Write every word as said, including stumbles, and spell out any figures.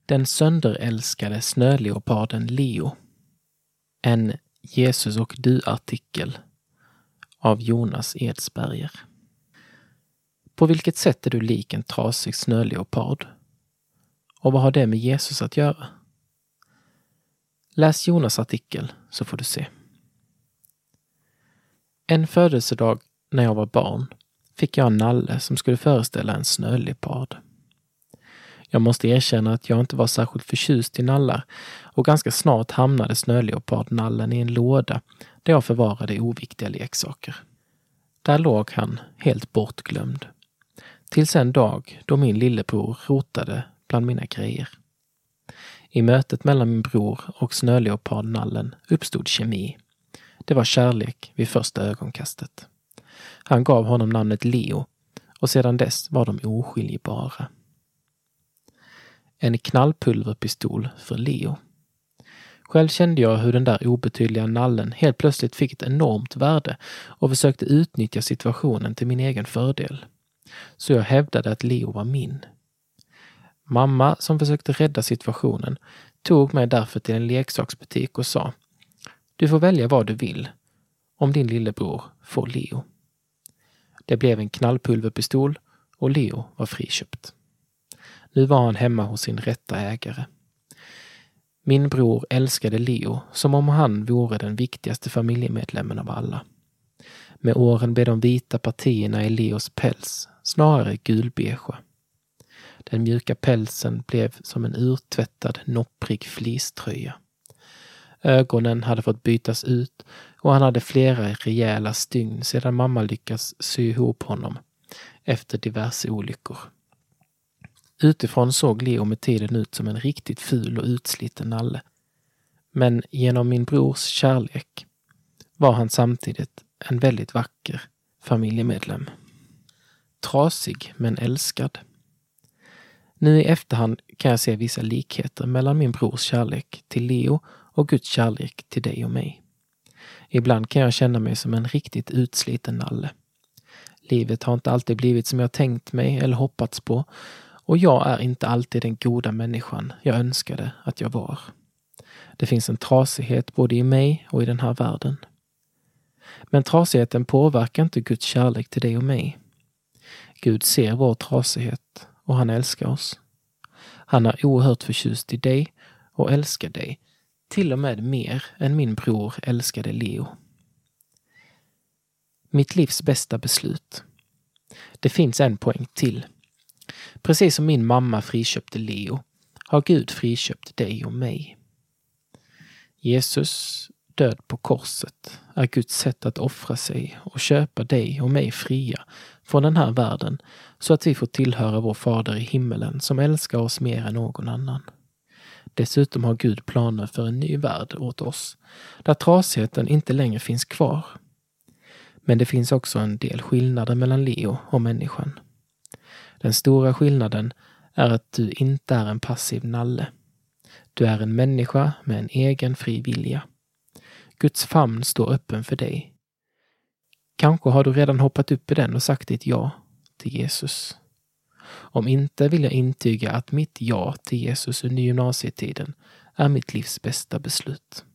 Den sönderälskade snöleoparden Leo. En Jesus och du-artikel av Jonas Edsberger. På vilket sätt är du lik en trasig snöleopard? Och vad har det med Jesus att göra? Läs Jonas artikel så får du se. En födelsedag när jag var barn fick jag en nalle som skulle föreställa en snöleopard. Jag måste erkänna att jag inte var särskilt förtjust i nallar och ganska snart hamnade snöleopardnallen i en låda där jag förvarade oviktiga leksaker. Där låg han helt bortglömd. Tills en dag då min lillebror rotade bland mina grejer. I mötet mellan min bror och snöleopardnallen uppstod kemi. Det var kärlek vid första ögonkastet. Han gav honom namnet Leo och sedan dess var de oskiljbara. En knallpulverpistol för Leo. Själv kände jag hur den där obetydliga nallen helt plötsligt fick ett enormt värde och försökte utnyttja situationen till min egen fördel. Så jag hävdade att Leo var min. Mamma, som försökte rädda situationen, tog mig därför till en leksaksbutik och sa: "Du får välja vad du vill, om din lillebror får Leo." Det blev en knallpulverpistol och Leo var friköpt. Nu var han hemma hos sin rätta ägare. Min bror älskade Leo som om han vore den viktigaste familjemedlemmen av alla. Med åren blev de vita partierna i Leos päls snarare gulbeige. Den mjuka pälsen blev som en urtvättad, nopprig fleecetröja. Ögonen hade fått bytas ut och han hade flera rejäla stygn sedan mamma lyckats sy ihop honom efter diverse olyckor. Utifrån såg Leo med tiden ut som en riktigt ful och utsliten nalle. Men genom min brors kärlek var han samtidigt en väldigt vacker familjemedlem. Trasig men älskad. Nu i efterhand kan jag se vissa likheter mellan min brors kärlek till Leo och Guds kärlek till dig och mig. Ibland kan jag känna mig som en riktigt utsliten nalle. Livet har inte alltid blivit som jag tänkt mig eller hoppats på, och jag är inte alltid den goda människan jag önskade att jag var. Det finns en trasighet både i mig och i den här världen. Men trasigheten påverkar inte Guds kärlek till dig och mig. Gud ser vår trasighet och han älskar oss. Han är oerhört förtjust i dig och älskar dig, till och med mer än min bror älskade Leo. Mitt livs bästa beslut. Det finns en poäng till. Precis som min mamma friköpte Leo har Gud friköpt dig och mig. Jesus död på korset är Guds sätt att offra sig och köpa dig och mig fria från den här världen så att vi får tillhöra vår fader i himmelen som älskar oss mer än någon annan. Dessutom har Gud planer för en ny värld åt oss där trasigheten inte längre finns kvar. Men det finns också en del skillnader mellan Leo och människan. Den stora skillnaden är att du inte är en passiv nalle. Du är en människa med en egen fri vilja. Guds famn står öppen för dig. Kanske har du redan hoppat upp i den och sagt ditt ja till Jesus. Om inte vill jag intyga att mitt ja till Jesus under gymnasietiden är mitt livs bästa beslut.